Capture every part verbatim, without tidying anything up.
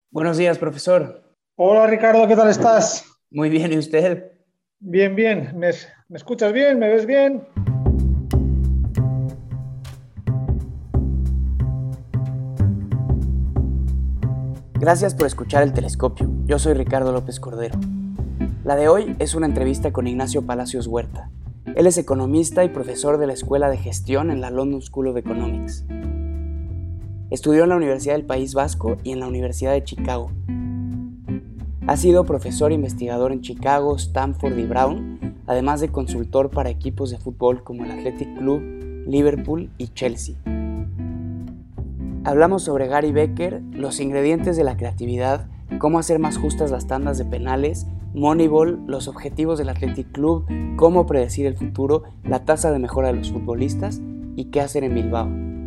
Buenos días, profesor. Hola Ricardo, ¿qué tal estás? Muy bien, ¿y usted? Bien, bien. ¿Me, me escuchas bien? ¿Me ves bien? Gracias por escuchar El Telescopio. Yo soy Ricardo López Cordero. La de hoy es una entrevista con Ignacio Palacios Huerta. Él es economista y profesor de la Escuela de Gestión en la London School of Economics. Estudió en la Universidad del País Vasco y en la Universidad de Chicago. Ha sido profesor e investigador en Chicago, Stanford y Brown, además de consultor para equipos de fútbol como el Athletic Club, Liverpool y Chelsea. Hablamos sobre Gary Becker, los ingredientes de la creatividad, cómo hacer más justas las tandas de penales, Moneyball, los objetivos del Athletic Club, cómo predecir el futuro, la tasa de mejora de los futbolistas y qué hacer en Bilbao.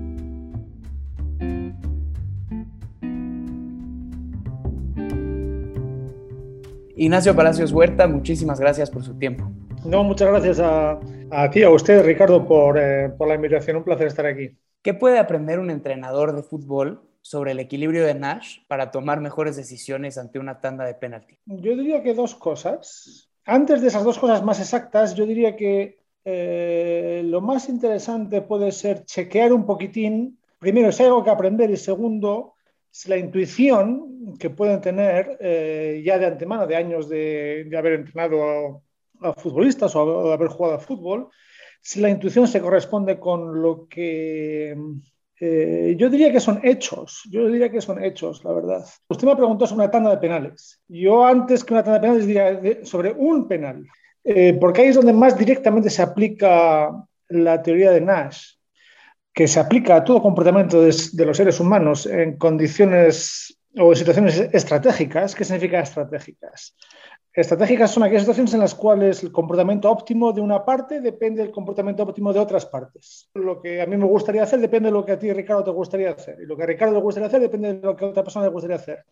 Ignacio Palacios Huerta, muchísimas gracias por su tiempo. No, muchas gracias a, a ti, a usted, Ricardo, por, eh, por la invitación. Un placer estar aquí. ¿Qué puede aprender un entrenador de fútbol sobre el equilibrio de Nash para tomar mejores decisiones ante una tanda de penalti? Yo diría que dos cosas. Antes de esas dos cosas más exactas, yo diría que eh, lo más interesante puede ser chequear un poquitín, primero, si hay algo que aprender y segundo, si la intuición que pueden tener eh, ya de antemano, de años de, de haber entrenado a, a futbolistas o de haber jugado a fútbol, si la intuición se corresponde con lo que eh, yo diría que son hechos, yo diría que son hechos, la verdad. Usted me preguntó sobre una tanda de penales. Yo antes que una tanda de penales diría de, sobre un penal, eh, porque ahí es donde más directamente se aplica la teoría de Nash, que se aplica a todo comportamiento de, de los seres humanos en condiciones o en situaciones estratégicas. ¿Qué significa estratégicas? Estratégicas son aquellas situaciones en las cuales el comportamiento óptimo de una parte depende del comportamiento óptimo de otras partes. Lo que a mí me gustaría hacer depende de lo que a ti, Ricardo, te gustaría hacer. Y lo que a Ricardo le gustaría hacer depende de lo que a otra persona le gustaría hacer.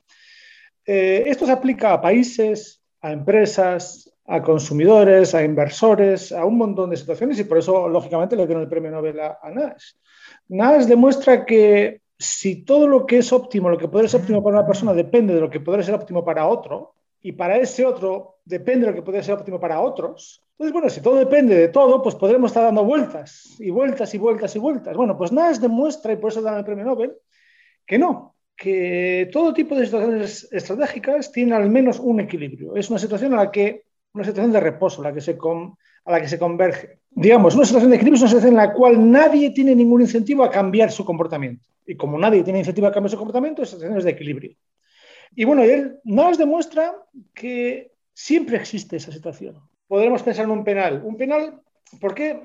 Eh, esto se aplica a países, a empresas, a consumidores, a inversores, a un montón de situaciones y por eso, lógicamente, le dieron el premio Nobel a, a Nash. Nash demuestra que si todo lo que es óptimo, lo que puede ser óptimo para una persona depende de lo que puede ser óptimo para otro, y para ese otro depende de lo que puede ser óptimo para otros. Entonces, bueno, si todo depende de todo, pues podremos estar dando vueltas y vueltas y vueltas y vueltas. Bueno, pues Nash demuestra, y por eso dan el premio Nobel, que no, que todo tipo de situaciones estratégicas tienen al menos un equilibrio. Es una situación a la que, una situación de reposo, a la que se, con, a la que se converge. Digamos, una situación de equilibrio es una situación en la cual nadie tiene ningún incentivo a cambiar su comportamiento. Y como nadie tiene incentivo a cambiar su comportamiento, esa situación es de equilibrio. Y bueno, él nos demuestra que siempre existe esa situación. Podremos pensar en un penal. Un penal, ¿por qué?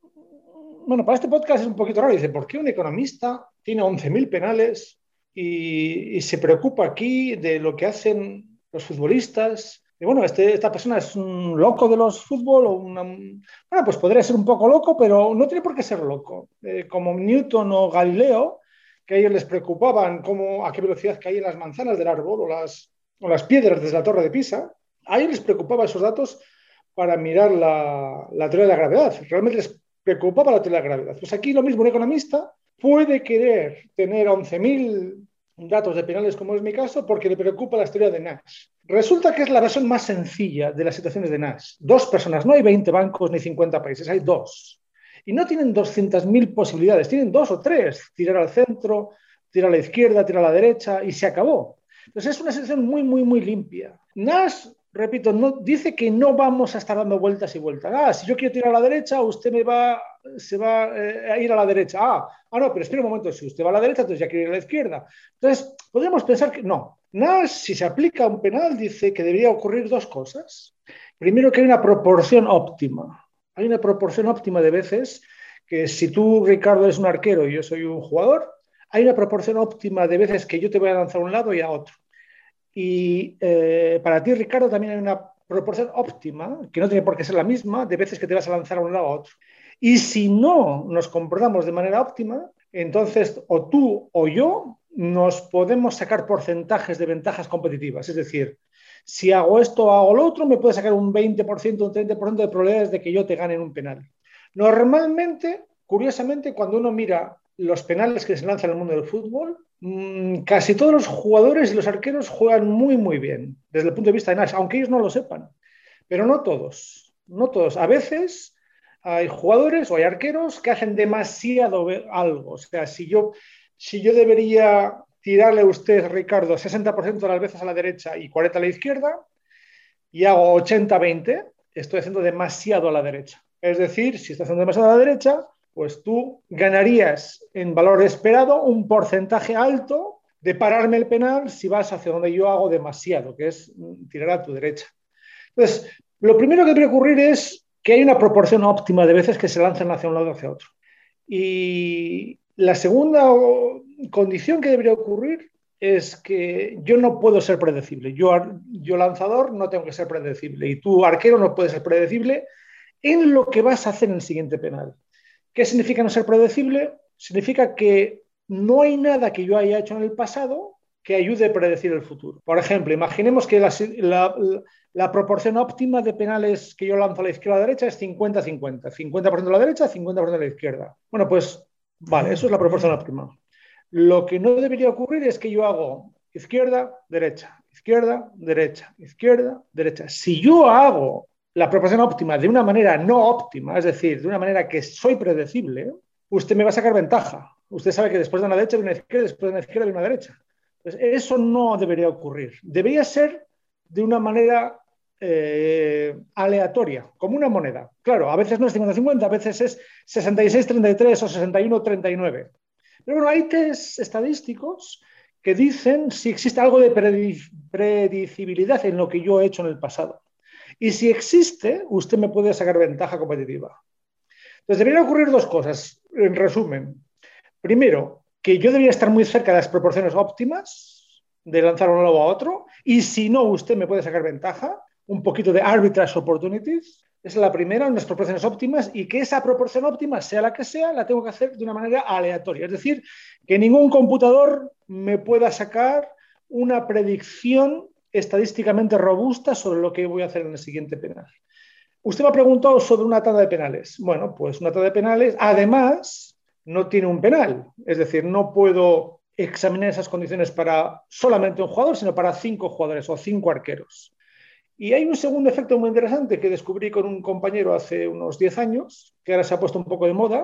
Bueno, para este podcast es un poquito raro. Dice, ¿por qué un economista tiene once mil penales y, y se preocupa aquí de lo que hacen los futbolistas? Y bueno, este, esta persona es un loco de los fútbol o una... Bueno, pues podría ser un poco loco, pero no tiene por qué ser loco. Eh, como Newton o Galileo, que a ellos les preocupaban cómo, a qué velocidad caían las manzanas del árbol o las, o las piedras desde la torre de Pisa, a ellos les preocupaban esos datos para mirar la, la teoría de la gravedad. Realmente les preocupaba la teoría de la gravedad. Pues aquí lo mismo, un economista puede querer tener once mil datos de penales, como es mi caso, porque le preocupa la teoría de Nash. Resulta que es la versión más sencilla de las situaciones de Nash. Dos personas, no hay veinte bancos ni cincuenta países, hay dos. Y no tienen doscientas mil posibilidades, tienen dos o tres. Tirar al centro, tirar a la izquierda, tirar a la derecha y se acabó. Entonces es una situación muy, muy, muy limpia. Nash, repito, no, dice que no vamos a estar dando vueltas y vueltas. Ah, si yo quiero tirar a la derecha, usted me va, se va eh, a ir a la derecha. Ah, ah, no, pero espera un momento, si usted va a la derecha, entonces ya quiere ir a la izquierda. Entonces, podríamos pensar que no. Nash, si se aplica a un penal, dice que debería ocurrir dos cosas. Primero, que hay una proporción óptima. Hay una proporción óptima de veces que si tú, Ricardo, eres un arquero y yo soy un jugador, hay una proporción óptima de veces que yo te voy a lanzar a un lado y a otro. Y eh, para ti, Ricardo, también hay una proporción óptima, que no tiene por qué ser la misma, de veces que te vas a lanzar a un lado a otro. Y si no nos comportamos de manera óptima, entonces o tú o yo nos podemos sacar porcentajes de ventajas competitivas. Es decir, si hago esto o hago lo otro, me puede sacar un veinte por ciento, un treinta por ciento de probabilidades de que yo te gane en un penal. Normalmente, curiosamente, cuando uno mira los penales que se lanzan en el mundo del fútbol, mmm, casi todos los jugadores y los arqueros juegan muy, muy bien, desde el punto de vista de Nash, aunque ellos no lo sepan. Pero no todos, no todos. A veces hay jugadores o hay arqueros que hacen demasiado algo. O sea, si yo, si yo debería tirarle a usted, Ricardo, sesenta por ciento de las veces a la derecha y cuarenta a la izquierda, y hago ochenta veinte, estoy haciendo demasiado a la derecha. Es decir, si estoy haciendo demasiado a la derecha, pues tú ganarías en valor esperado un porcentaje alto de pararme el penal si vas hacia donde yo hago demasiado, que es tirar a tu derecha. Entonces, lo primero que debe ocurrir es que hay una proporción óptima de veces que se lanzan hacia un lado o hacia otro. Y la segunda condición que debería ocurrir es que yo no puedo ser predecible. Yo, yo lanzador no tengo que ser predecible y tú arquero no puedes ser predecible en lo que vas a hacer en el siguiente penal. ¿Qué significa no ser predecible? Significa que no hay nada que yo haya hecho en el pasado que ayude a predecir el futuro. Por ejemplo, imaginemos que la, la, la proporción óptima de penales que yo lanzo a la izquierda a la derecha es cincuenta cincuenta. cincuenta por ciento a la derecha, cincuenta por ciento a la izquierda. Bueno, pues vale, eso es la proporción óptima. Lo que no debería ocurrir es que yo hago izquierda, derecha, izquierda, derecha, izquierda, derecha. Si yo hago la proporción óptima de una manera no óptima, es decir, de una manera que soy predecible, usted me va a sacar ventaja. Usted sabe que después de una derecha viene una izquierda, después de una izquierda viene una derecha. Entonces, eso no debería ocurrir. Debería ser de una manera eh, aleatoria, como una moneda. Claro, a veces no es cincuenta cincuenta, a veces es sesenta y seis treinta y tres o sesenta y uno treinta y nueve. Pero bueno, hay test estadísticos que dicen si existe algo de predecibilidad en lo que yo he hecho en el pasado. Y si existe, usted me puede sacar ventaja competitiva. Entonces, deberían ocurrir dos cosas, en resumen. Primero, que yo debería estar muy cerca de las proporciones óptimas de lanzar un lado a otro, y si no, usted me puede sacar ventaja, un poquito de arbitrage opportunities. Esa es la primera, unas proporciones óptimas, y que esa proporción óptima, sea la que sea, la tengo que hacer de una manera aleatoria. Es decir, que ningún computador me pueda sacar una predicción estadísticamente robusta sobre lo que voy a hacer en el siguiente penal. Usted me ha preguntado sobre una tanda de penales. Bueno, pues una tanda de penales, además, no tiene un penal. Es decir, no puedo examinar esas condiciones para solamente un jugador, sino para cinco jugadores o cinco arqueros. Y hay un segundo efecto muy interesante que descubrí con un compañero hace unos diez años, que ahora se ha puesto un poco de moda,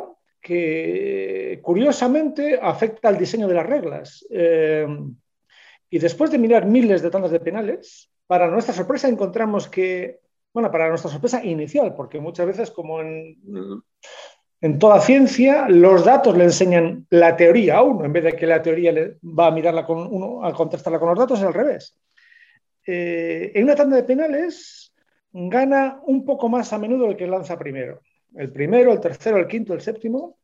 que curiosamente afecta al diseño de las reglas. Eh, y después de mirar miles de tandas de penales, para nuestra sorpresa encontramos que, bueno, para nuestra sorpresa inicial, porque muchas veces, como en, en toda ciencia, los datos le enseñan la teoría a uno, en vez de que la teoría le va a mirarla con uno, al contrastarla con los datos, es al revés. Eh, en una tanda de penales gana un poco más a menudo el que lanza primero. El primero, el tercero, el quinto, el séptimo.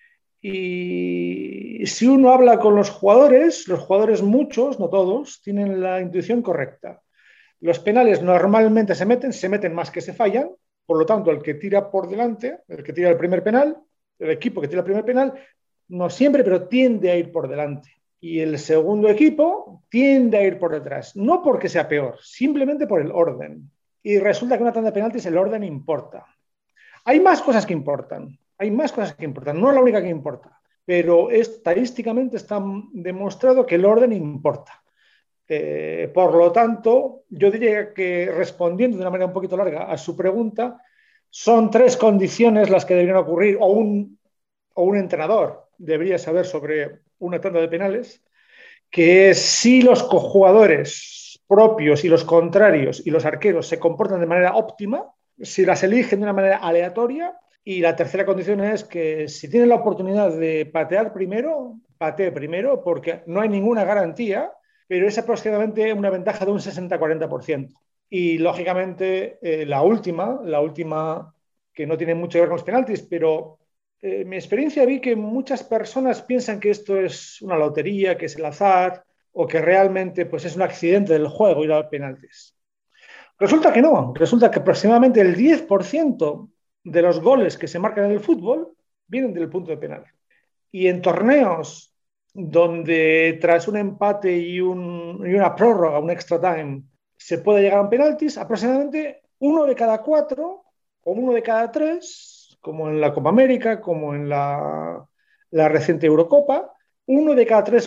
Y si uno habla con los jugadores, los jugadores muchos, no todos, tienen la intuición correcta. Los penales normalmente se meten, se meten más que se fallan, por lo tanto el que tira por delante, el que tira el primer penal, el equipo que tira el primer penal, no siempre, pero tiende a ir por delante. Y el segundo equipo tiende a ir por detrás, no porque sea peor, simplemente por el orden. Y resulta que una tanda de penaltis el orden importa. Hay más cosas que importan, hay más cosas que importan, no es la única que importa, pero estadísticamente está demostrado que el orden importa. Eh, por lo tanto, yo diría que respondiendo de una manera un poquito larga a su pregunta, son tres condiciones las que deberían ocurrir, o un, o un entrenador debería saber sobre una tanda de penales, que es si los cojugadores propios y los contrarios y los arqueros se comportan de manera óptima, si las eligen de una manera aleatoria, y la tercera condición es que si tienen la oportunidad de patear primero, patee primero, porque no hay ninguna garantía, pero es aproximadamente una ventaja de un sesenta a cuarenta por ciento. Y lógicamente eh, la última, la última que no tiene mucho que ver con los penaltis, pero eh, en mi experiencia vi que muchas personas piensan que esto es una lotería, que es el azar, o que realmente pues, es un accidente del juego ir a los penaltis. Resulta que no, resulta que aproximadamente el diez por ciento de los goles que se marcan en el fútbol vienen del punto de penal. Y en torneos donde tras un empate y, un, y una prórroga, un extra time, se puede llegar a un penaltis, aproximadamente uno de cada cuatro o uno de cada tres, como en la Copa América, como en la, la reciente Eurocopa, uno de cada tres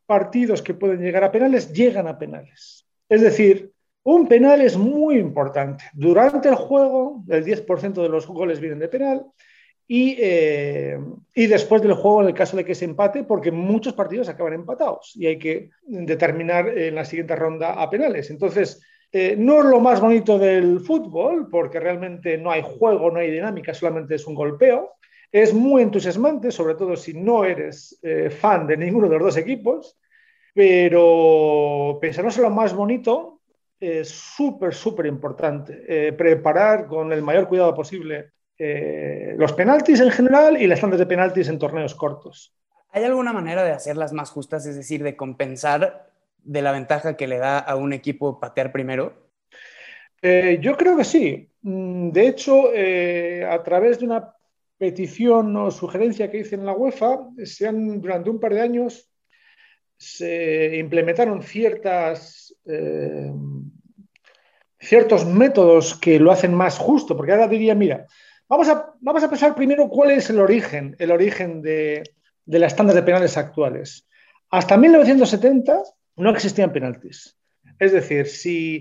partidos que pueden llegar a penales llegan a penales. Es decir, un penal es muy importante. Durante el juego, el diez por ciento de los goles vienen de penal y, eh, y después del juego, en el caso de que se empate, porque muchos partidos acaban empatados y hay que determinar en la siguiente ronda a penales. Entonces, eh, no es lo más bonito del fútbol, porque realmente no hay juego, no hay dinámica, solamente es un golpeo. Es muy entusiasmante, sobre todo si no eres eh, fan de ninguno de los dos equipos, pero pese a no ser lo más bonito, es súper, súper importante eh, preparar con el mayor cuidado posible eh, los penaltis en general y las tandas de penaltis en torneos cortos. ¿Hay alguna manera de hacerlas más justas, es decir, de compensar de la ventaja que le da a un equipo patear primero? Eh, yo creo que sí. De hecho, eh, a través de una petición o sugerencia que hice en la UEFA, se han, durante un par de años se implementaron ciertas, eh, ciertos métodos que lo hacen más justo, porque ahora diría, mira, vamos a, vamos a pensar primero cuál es el origen, el origen de, de las tandas de penales actuales. Hasta mil novecientos setenta no existían penaltis. Es decir, si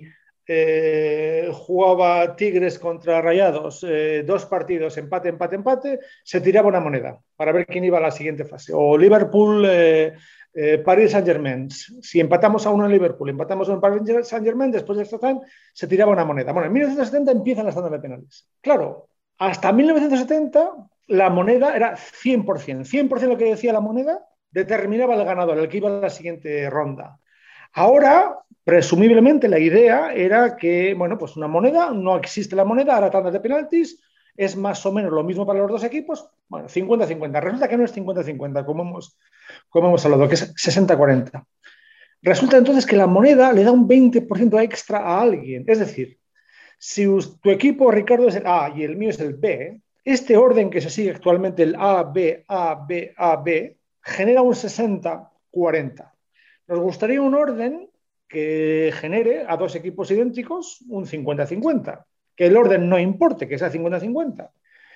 Eh, jugaba Tigres contra Rayados, eh, dos partidos, empate, empate, empate, se tiraba una moneda para ver quién iba a la siguiente fase. O Liverpool, eh, eh, Paris Saint-Germain. Si empatamos a uno en Liverpool, empatamos a uno en Paris Saint-Germain, después de extra time, se tiraba una moneda. Bueno, en mil novecientos setenta empiezan las tandas de penales. Claro, hasta mil novecientos setenta la moneda era cien por ciento. cien por ciento lo que decía la moneda determinaba el ganador, el que iba a la siguiente ronda. Ahora, presumiblemente, la idea era que, bueno, pues una moneda, no existe la moneda, ahora tandas de penaltis, es más o menos lo mismo para los dos equipos, bueno, cincuenta cincuenta. Resulta que no es cincuenta cincuenta, como hemos, como hemos hablado, que es sesenta cuarenta. Resulta entonces que la moneda le da un veinte por ciento extra a alguien. Es decir, si tu equipo, Ricardo, es el A y el mío es el B, este orden que se sigue actualmente, el A, B, A, B, A, B, genera un sesenta cuarenta. Nos gustaría un orden que genere a dos equipos idénticos un cincuenta cincuenta, que el orden no importe, que sea cincuenta cincuenta.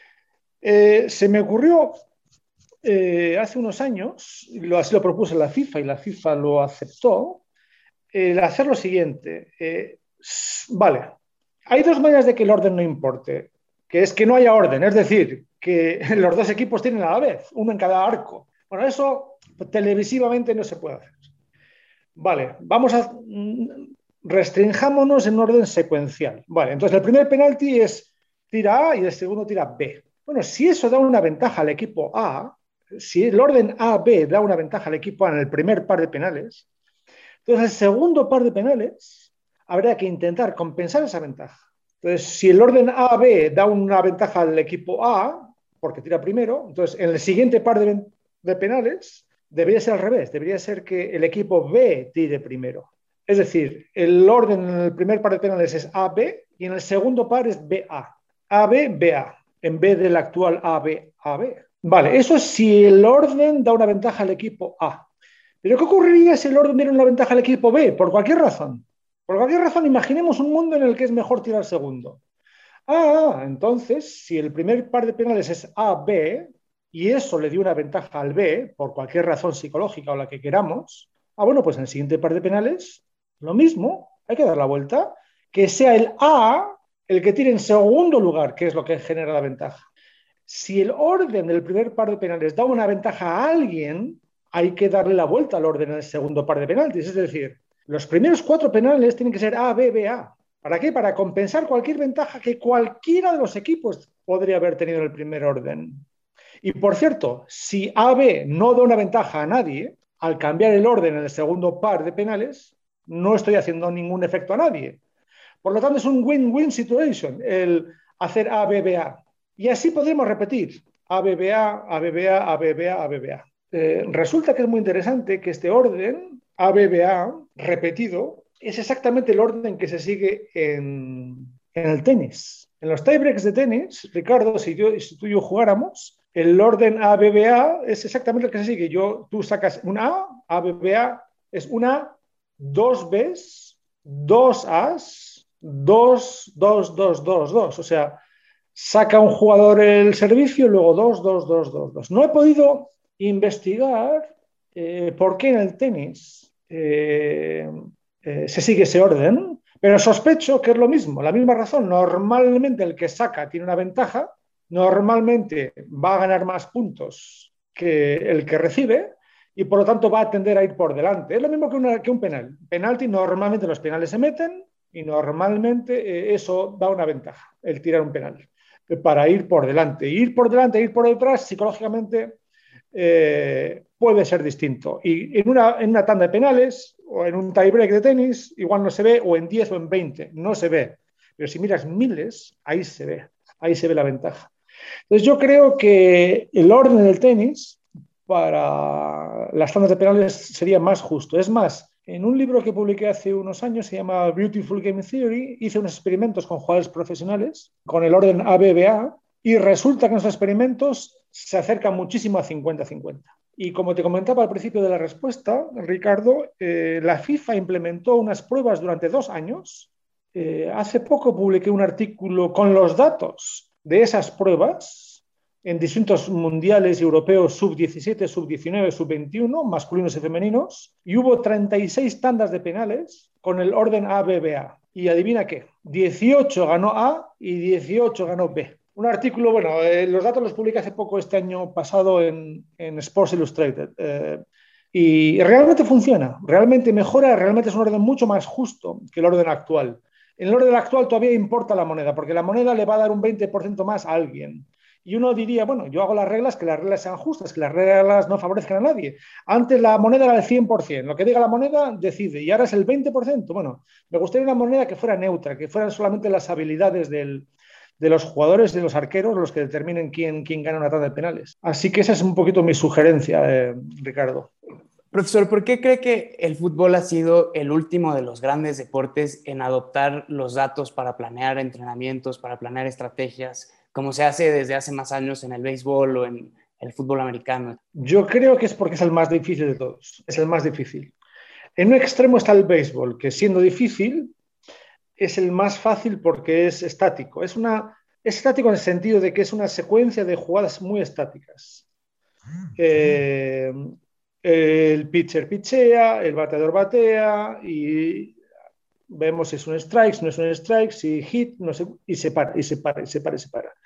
Eh, se me ocurrió eh, hace unos años, lo, así lo propuse la FIFA y la FIFA lo aceptó, el hacer lo siguiente. Eh, vale, hay dos maneras de que el orden no importe, que es que no haya orden, es decir, que los dos equipos tienen a la vez, uno en cada arco. Bueno, eso televisivamente no se puede hacer. Vale, vamos a restrinjámonos en orden secuencial. Vale, entonces el primer penalti es tira A y el segundo tira B. Bueno, si eso da una ventaja al equipo A, si el orden A B da una ventaja al equipo A en el primer par de penales, entonces el segundo par de penales habría que intentar compensar esa ventaja. Entonces, si el orden A B da una ventaja al equipo A, porque tira primero, entonces en el siguiente par de, de penales debería ser al revés, debería ser que el equipo B tire primero. Es decir, el orden en el primer par de penales es A B y en el segundo par es B A. A B, B A, en vez del actual A B, A B. Vale, eso es si el orden da una ventaja al equipo A. Pero ¿qué ocurriría si el orden diera una ventaja al equipo B? Por cualquier razón. Por cualquier razón, imaginemos un mundo en el que es mejor tirar segundo. Ah, entonces, si el primer par de penales es A B, y eso le dio una ventaja al B, por cualquier razón psicológica o la que queramos, ah, bueno, pues en el siguiente par de penales, lo mismo, hay que dar la vuelta, que sea el A el que tire en segundo lugar, que es lo que genera la ventaja. Si el orden del primer par de penales da una ventaja a alguien, hay que darle la vuelta al orden en el segundo par de penaltis, es decir, los primeros cuatro penales tienen que ser A, B, B, A. ¿Para qué? Para compensar cualquier ventaja que cualquiera de los equipos podría haber tenido en el primer orden. Y por cierto, si A B no da una ventaja a nadie, al cambiar el orden en el segundo par de penales, no estoy haciendo ningún efecto a nadie. Por lo tanto, es un win-win situation el hacer A B B A. Y así podremos repetir A B B A, A B B A, A B B A, A B B A. Eh, resulta que es muy interesante que este orden A B B A repetido es exactamente el orden que se sigue en, en el tenis. En los tiebreaks de tenis, Ricardo, si, yo, si tú y yo jugáramos, el orden A B B A es exactamente el que se sigue. Yo, tú sacas un A, A B B A es una, dos Bs, dos As, dos, dos, dos, dos, dos. O sea, saca un jugador el servicio y luego dos, dos, dos, dos, dos. No he podido investigar eh, por qué en el tenis eh, eh, se sigue ese orden, pero sospecho que es lo mismo, la misma razón. Normalmente el que saca tiene una ventaja, normalmente va a ganar más puntos que el que recibe y por lo tanto va a tender a ir por delante. Es lo mismo que, una, que un penal. Penalti, normalmente los penales se meten y normalmente eh, eso da una ventaja, el tirar un penal, eh, para ir por delante. Ir por delante, ir por detrás, psicológicamente eh, puede ser distinto. Y en una, en una tanda de penales o en un tiebreak de tenis, igual no se ve, o en diez o en veinte, no se ve. Pero si miras miles, ahí se ve, ahí se ve la ventaja. Entonces yo creo que el orden del tenis para las tandas de penales sería más justo. Es más, en un libro que publiqué hace unos años, se llama Beautiful Game Theory, hice unos experimentos con jugadores profesionales, con el orden A B B A, y resulta que en esos experimentos se acerca muchísimo a cincuenta cincuenta. Y como te comentaba al principio de la respuesta, Ricardo, eh, la FIFA implementó unas pruebas durante dos años. Eh, hace poco publiqué un artículo con los datos de esas pruebas en distintos mundiales europeos sub diecisiete, sub diecinueve, sub veintiuno, masculinos y femeninos, y hubo treinta y seis tandas de penales con el orden A B B A. Y adivina qué, dieciocho ganó A y dieciocho ganó B. Un artículo, bueno, eh, los datos los publiqué hace poco, este año pasado, en, en Sports Illustrated. Eh, y realmente funciona, realmente mejora, realmente es un orden mucho más justo que el orden actual. En el orden actual todavía importa la moneda, porque la moneda le va a dar un veinte por ciento más a alguien. Y uno diría, bueno, yo hago las reglas, que las reglas sean justas, que las reglas no favorezcan a nadie. Antes la moneda era el cien por ciento, lo que diga la moneda decide, y ahora es el veinte por ciento. Bueno, me gustaría una moneda que fuera neutra, que fueran solamente las habilidades del, de los jugadores, de los arqueros, los que determinen quién, quién gana una tanda de penales. Así que esa es un poquito mi sugerencia, eh, Ricardo. Profesor, ¿por qué cree que el fútbol ha sido el último de los grandes deportes en adoptar los datos para planear entrenamientos, para planear estrategias, como se hace desde hace más años en el béisbol o en el fútbol americano? Yo creo que es porque es el más difícil de todos, es el más difícil. En un extremo está el béisbol, que siendo difícil, es el más fácil porque es estático. Es, una, es estático en el sentido de que es una secuencia de jugadas muy estáticas. Eh, el pitcher pichea, el bateador batea y vemos si es un strike, si no es un strike, si hit, no sé, y se para, y se para, y se para, y se para.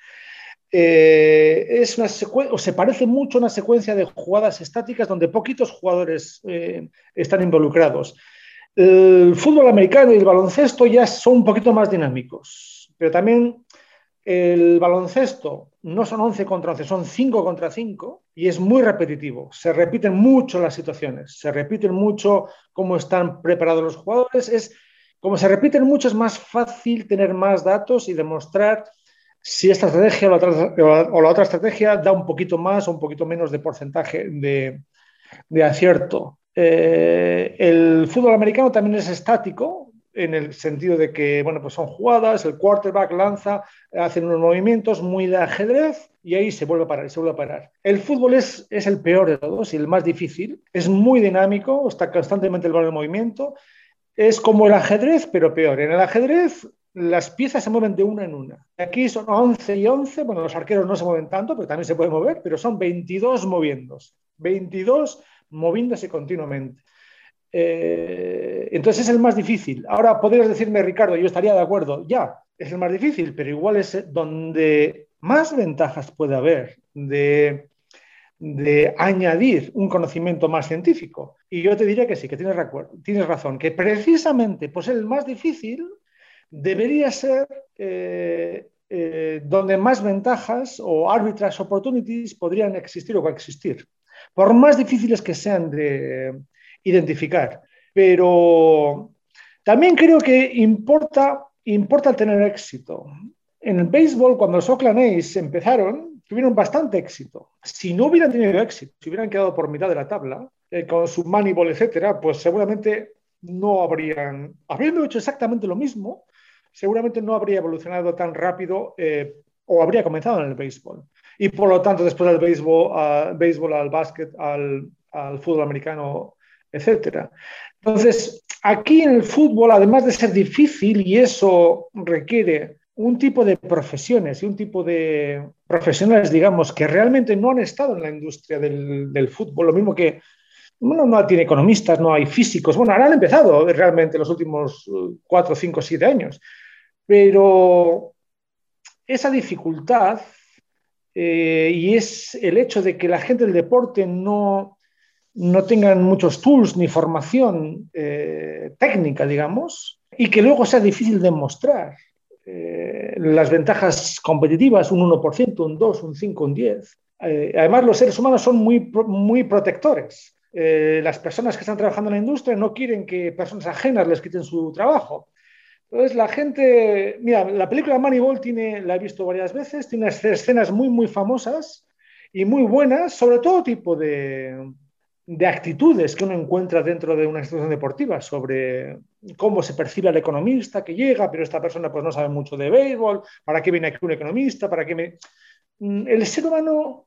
Eh, es una secuen- o se parece mucho a una secuencia de jugadas estáticas donde poquitos jugadores eh, están involucrados. El fútbol americano y el baloncesto ya son un poquito más dinámicos, pero también el baloncesto no son once contra once, son cinco contra cinco y es muy repetitivo. Se repiten mucho las situaciones, se repiten mucho cómo están preparados los jugadores. Es, como se repiten mucho, es más fácil tener más datos y demostrar si esta estrategia o la otra, o la otra estrategia da un poquito más o un poquito menos de porcentaje de, de acierto. Eh, el fútbol americano también es estático, en el sentido de que, bueno, pues son jugadas, el quarterback lanza, hacen unos movimientos muy de ajedrez y ahí se vuelve a parar, se vuelve a parar. El fútbol es, es el peor de todos y el más difícil. Es muy dinámico, está constantemente el balón en movimiento. Es como el ajedrez, pero peor. En el ajedrez las piezas se mueven de una en una. Aquí son once y once, bueno, los arqueros no se mueven tanto, pero también se pueden mover, pero son veintidós moviéndose. veintidós moviéndose continuamente. Eh, entonces es el más difícil. Ahora podrías decirme, Ricardo, yo estaría de acuerdo, ya, es el más difícil, pero igual es donde más ventajas puede haber de, de añadir un conocimiento más científico. Y yo te diría que sí, que tienes, tienes razón, que precisamente por ser el más difícil debería ser eh, eh, donde más ventajas o arbitrage opportunities podrían existir o coexistir, por más difíciles que sean de identificar. Pero también creo que importa, importa tener éxito. En el béisbol, cuando los Oakland A's empezaron, tuvieron bastante éxito. Si no hubieran tenido éxito, si hubieran quedado por mitad de la tabla, eh, con su Moneyball, etcétera, pues seguramente no habrían, habiendo hecho exactamente lo mismo, seguramente no habría evolucionado tan rápido eh, o habría comenzado en el béisbol. Y por lo tanto, después del béisbol, uh, béisbol al básquet, al, al fútbol americano, etcétera. Entonces, aquí en el fútbol, además de ser difícil, y eso requiere un tipo de profesiones y un tipo de profesionales, digamos, que realmente no han estado en la industria del, del fútbol, lo mismo que Bueno, no tiene economistas, no hay físicos. Bueno, ahora han empezado realmente los últimos cuatro, cinco, siete años. Pero esa dificultad eh, y es el hecho de que la gente del deporte no, no tengan muchos tools ni formación eh, técnica, digamos, y que luego sea difícil demostrar eh, las ventajas competitivas, un uno por ciento, un dos por ciento, un cinco por ciento, un diez por ciento. Eh, además, los seres humanos son muy, muy protectores. Eh, las personas que están trabajando en la industria no quieren que personas ajenas les quiten su trabajo. Entonces, la gente, mira, la película Moneyball tiene, la he visto varias veces, tiene escenas muy, muy famosas y muy buenas sobre todo tipo de, de actitudes que uno encuentra dentro de una institución deportiva, sobre cómo se percibe al economista que llega, pero esta persona pues no sabe mucho de béisbol, ¿para qué viene aquí un economista? ¿Para qué me... El ser humano,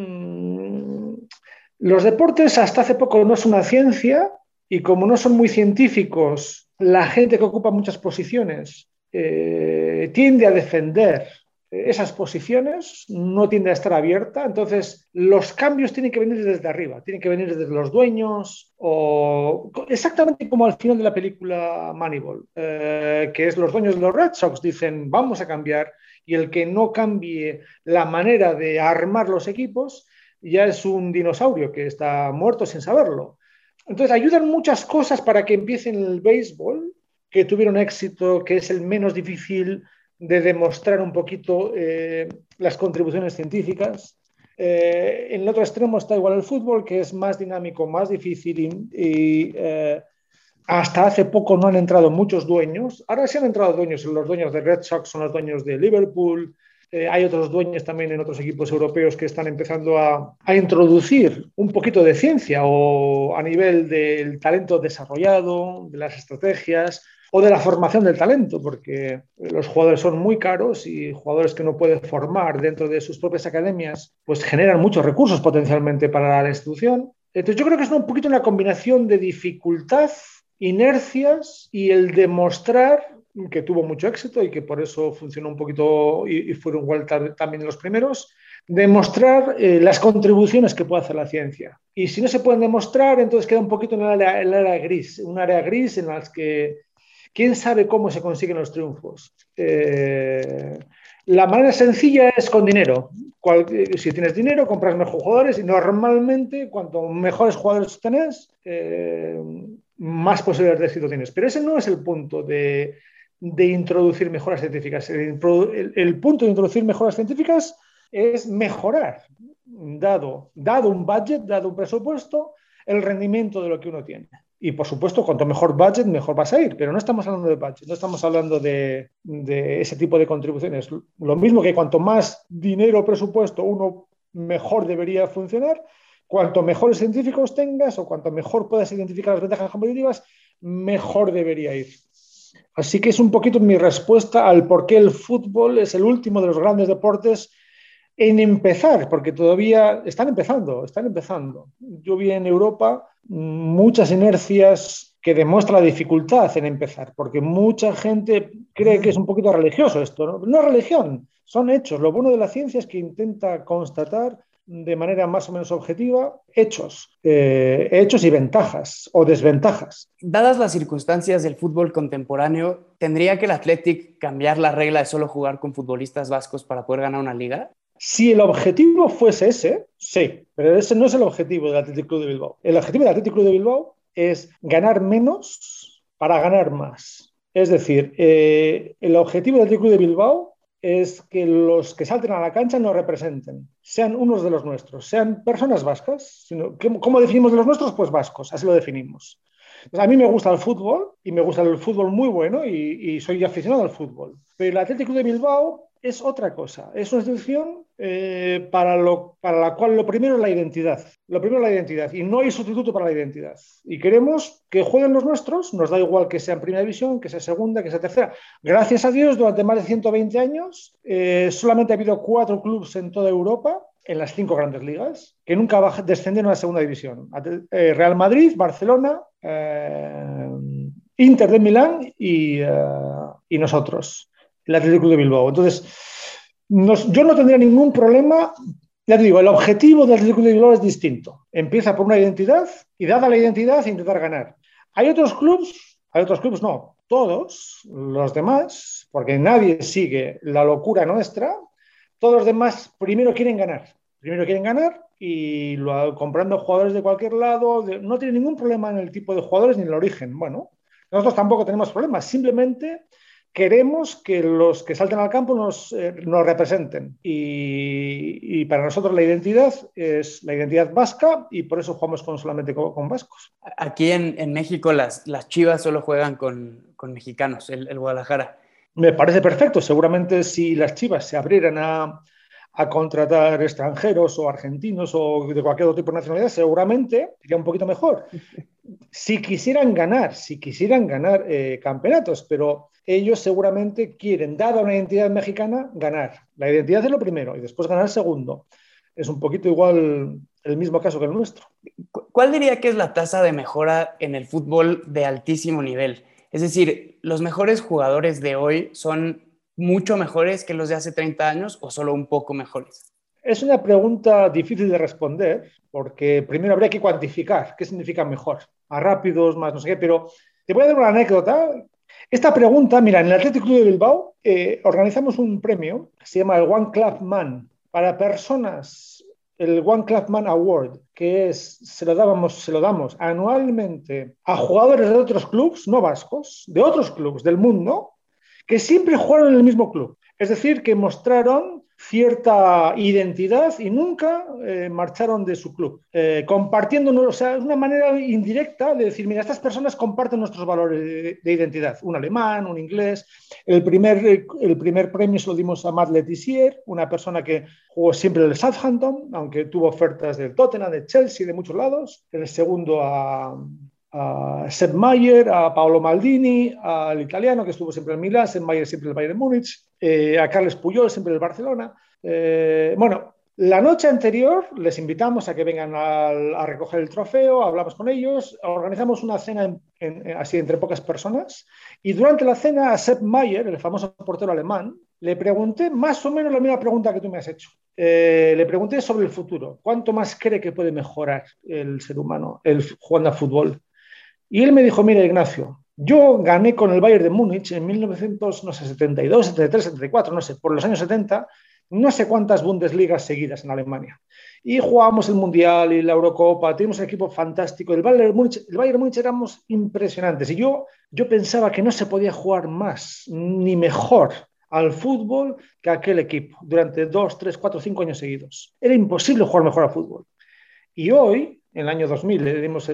mmm, los deportes hasta hace poco no es una ciencia y como no son muy científicos, la gente que ocupa muchas posiciones eh, tiende a defender esas posiciones, no tiende a estar abierta, entonces los cambios tienen que venir desde arriba, tienen que venir desde los dueños, o exactamente como al final de la película Moneyball, eh, que es los dueños de los Red Sox dicen vamos a cambiar, y el que no cambie la manera de armar los equipos ya es un dinosaurio que está muerto sin saberlo. Entonces ayudan muchas cosas para que empiecen el béisbol, que tuvieron éxito, que es el menos difícil de demostrar un poquito eh, las contribuciones científicas. Eh, en el otro extremo está igual el fútbol, que es más dinámico, más difícil y, y eh, hasta hace poco no han entrado muchos dueños. Ahora sí han entrado dueños, los dueños de Red Sox son los dueños de Liverpool. Eh, hay otros dueños también en otros equipos europeos que están empezando a, a introducir un poquito de ciencia o a nivel del talento desarrollado, de las estrategias o de la formación del talento, porque los jugadores son muy caros y jugadores que no pueden formar dentro de sus propias academias, pues generan muchos recursos potencialmente para la institución. Entonces yo creo que es un poquito una combinación de dificultad, inercias y el demostrar que tuvo mucho éxito y que por eso funcionó un poquito y, y fueron igual también los primeros, demostrar eh, las contribuciones que puede hacer la ciencia. Y si no se pueden demostrar, entonces queda un poquito en el área, el área gris, un área gris en las que quién sabe cómo se consiguen los triunfos. Eh, la manera sencilla es con dinero. Cual, si tienes dinero, compras mejores jugadores y normalmente cuanto mejores jugadores tenés, eh, más posibilidades de éxito tienes. Pero ese no es el punto de, de introducir mejoras científicas. El, el, el punto de introducir mejoras científicas es mejorar, dado, dado un budget, dado un presupuesto, el rendimiento de lo que uno tiene. Y, por supuesto, cuanto mejor budget, mejor vas a ir. Pero no estamos hablando de budget, no estamos hablando de, de ese tipo de contribuciones. Lo mismo que cuanto más dinero o presupuesto uno mejor debería funcionar, cuanto mejores científicos tengas o cuanto mejor puedas identificar las ventajas competitivas, mejor debería ir. Así que es un poquito mi respuesta al por qué el fútbol es el último de los grandes deportes en empezar, porque todavía están empezando, están empezando. Yo vi en Europa muchas inercias que demuestran la dificultad en empezar, porque mucha gente cree que es un poquito religioso esto, ¿no? No es religión, son hechos. Lo bueno de la ciencia es que intenta constatar de manera más o menos objetiva hechos, eh, hechos y ventajas o desventajas. Dadas las circunstancias del fútbol contemporáneo, ¿tendría que el Athletic cambiar la regla de solo jugar con futbolistas vascos para poder ganar una liga? Si el objetivo fuese ese, sí, pero ese no es el objetivo del Athletic Club de Bilbao. El objetivo del Athletic Club de Bilbao es ganar menos para ganar más. Es decir, eh, el objetivo del Athletic Club de Bilbao es que los que salten a la cancha nos representen, sean unos de los nuestros, sean personas vascas. Sino, ¿cómo definimos de los nuestros? Pues vascos, así lo definimos. Entonces, a mí me gusta el fútbol y me gusta el fútbol muy bueno y, y soy aficionado al fútbol. Pero el Athletic Club de Bilbao es otra cosa, es una institución eh, para, lo, para la cual lo primero es la identidad, lo primero es la identidad y no hay sustituto para la identidad. Y queremos que jueguen los nuestros, nos da igual que sea en primera división, que sea segunda, que sea tercera. Gracias a Dios, durante más de ciento veinte años, eh, solamente ha habido cuatro clubes en toda Europa, en las cinco grandes ligas, que nunca descendieron a la segunda división. Eh, Real Madrid, Barcelona, eh, Inter de Milán y, eh, y nosotros. El Atlético de Bilbao. Entonces, nos, yo no tendría ningún problema Ya te digo, el objetivo del Atlético de Bilbao es distinto. Empieza por una identidad y dada la identidad intentar ganar. Hay otros clubes, hay otros clubes, no, todos los demás, porque nadie sigue la locura nuestra, todos los demás primero quieren ganar. Primero quieren ganar y lo, comprando jugadores de cualquier lado, de, no tiene ningún problema en el tipo de jugadores ni en el origen. Bueno, nosotros tampoco tenemos problemas, simplemente queremos que los que salten al campo nos, eh, nos representen. Y, y, para nosotros la identidad es la identidad vasca y por eso jugamos con, solamente con, con vascos. Aquí en, en México las, las Chivas solo juegan con, con mexicanos, el, el Guadalajara. Me parece perfecto. Seguramente si las Chivas se abrieran a, a contratar extranjeros o argentinos o de cualquier otro tipo de nacionalidad, seguramente sería un poquito mejor. Si quisieran ganar, si quisieran ganar eh, campeonatos, pero ellos seguramente quieren, dada una identidad mexicana, ganar. La identidad es lo primero y después ganar el segundo. Es un poquito igual el mismo caso que el nuestro. ¿Cuál diría que es la tasa de mejora en el fútbol de altísimo nivel? Es decir, ¿los mejores jugadores de hoy son mucho mejores que los de hace treinta años o solo un poco mejores? Es una pregunta difícil de responder porque primero habría que cuantificar qué significa mejor, más rápidos, más no sé qué, pero te voy a dar una anécdota. Esta pregunta, mira, en el Athletic Club de Bilbao eh, organizamos un premio que se llama el One Club Man para personas, el One Club Man Award, que es, se lo, dábamos, se lo damos anualmente a jugadores de otros clubes, no vascos, de otros clubes del mundo, que siempre jugaron en el mismo club. Es decir, que mostraron cierta identidad y nunca eh, marcharon de su club, eh, compartiéndonos, o sea, es una manera indirecta de decir, mira, estas personas comparten nuestros valores de, de identidad, un alemán, un inglés. El primer, el primer premio se lo dimos a Matt Letizier, una persona que jugó siempre en el Southampton, aunque tuvo ofertas del Tottenham, de Chelsea, de muchos lados. El segundo a... a Sepp Maier, a Paolo Maldini, al italiano que estuvo siempre en Milán, Sepp Maier siempre en el Bayern de Múnich, eh, a Carles Puyol siempre en el Barcelona. Eh, bueno, la noche anterior les invitamos a que vengan a, a recoger el trofeo, hablamos con ellos, organizamos una cena en, en, así entre pocas personas y durante la cena a Sepp Maier, el famoso portero alemán, le pregunté más o menos la misma pregunta que tú me has hecho. Eh, le pregunté sobre el futuro. ¿Cuánto más cree que puede mejorar el ser humano el, jugando a fútbol? Y él me dijo, mira, Ignacio, yo gané con el Bayern de Múnich en mil novecientos setenta y dos, setenta y tres, setenta y cuatro, no sé, por los años setenta, no sé cuántas Bundesligas seguidas en Alemania. Y jugábamos el Mundial y la Eurocopa, tuvimos un equipo fantástico. El Bayern de Múnich, el Bayern de Múnich éramos impresionantes. Y yo, yo pensaba que no se podía jugar más ni mejor al fútbol que aquel equipo durante dos, tres, cuatro, cinco años seguidos. Era imposible jugar mejor al fútbol. Y hoy, en el año dos mil, le dimos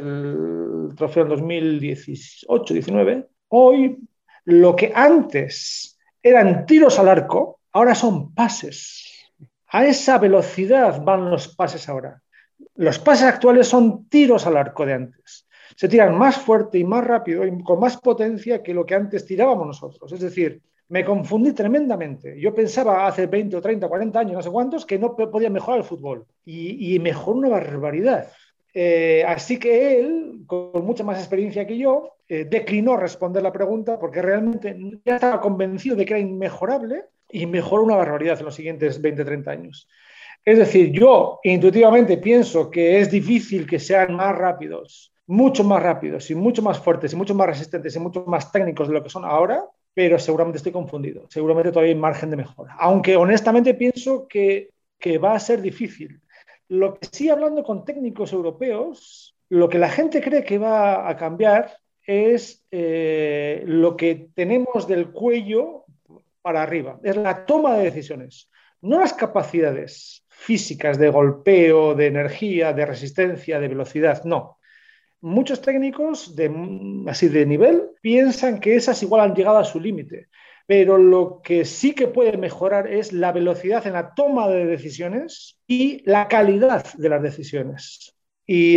el trofeo en dos mil dieciocho diecinueve, hoy lo que antes eran tiros al arco, ahora son pases. A esa velocidad van los pases ahora. Los pases actuales son tiros al arco de antes. Se tiran más fuerte y más rápido y con más potencia que lo que antes tirábamos nosotros. Es decir, me confundí tremendamente. Yo pensaba hace veinte o treinta, cuarenta años, no sé cuántos, que no podía mejorar el fútbol. Y, y mejoró una barbaridad. Eh, así que él, con mucha más experiencia que yo, eh, declinó responder la pregunta porque realmente ya estaba convencido de que era inmejorable y mejoró una barbaridad en los siguientes veinte, treinta años. Es decir, yo intuitivamente pienso que es difícil que sean más rápidos, mucho más rápidos y mucho más fuertes y mucho más resistentes y mucho más técnicos de lo que son ahora, pero seguramente estoy confundido. Seguramente todavía hay margen de mejora. Aunque honestamente pienso que, que va a ser difícil. Lo que sí, hablando con técnicos europeos, lo que la gente cree que va a cambiar es eh, lo que tenemos del cuello para arriba. Es la toma de decisiones, no las capacidades físicas de golpeo, de energía, de resistencia, de velocidad, no. Muchos técnicos de, así de nivel piensan que esas igual han llegado a su límite, pero lo que sí que puede mejorar es la velocidad en la toma de decisiones y la calidad de las decisiones. Y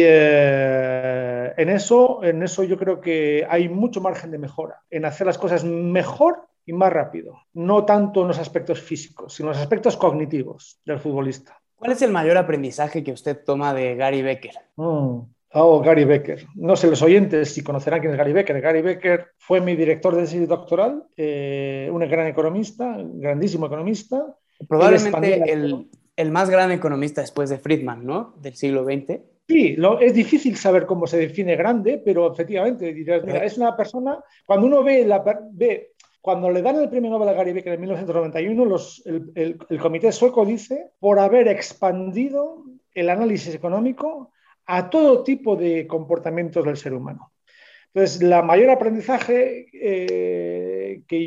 eh, en, eso, en eso yo creo que hay mucho margen de mejora, en hacer las cosas mejor y más rápido, no tanto en los aspectos físicos, sino en los aspectos cognitivos del futbolista. ¿Cuál es el mayor aprendizaje que usted toma de Gary Becker? Mm. Oh, Gary Becker. No sé, los oyentes si conocerán quién es Gary Becker. Gary Becker fue mi director de tesis doctoral, eh, un gran economista, grandísimo economista. Probablemente el, el más gran economista después de Friedman, ¿no? Del siglo veinte. Sí, lo, es difícil saber cómo se define grande, pero efectivamente dirás, mira, es una persona, cuando uno ve, la, ve cuando le dan el premio Nobel a Gary Becker en mil novecientos noventa y uno, los, el, el, el comité sueco dice por haber expandido el análisis económico a todo tipo de comportamientos del ser humano. Entonces, la mayor aprendizaje eh, que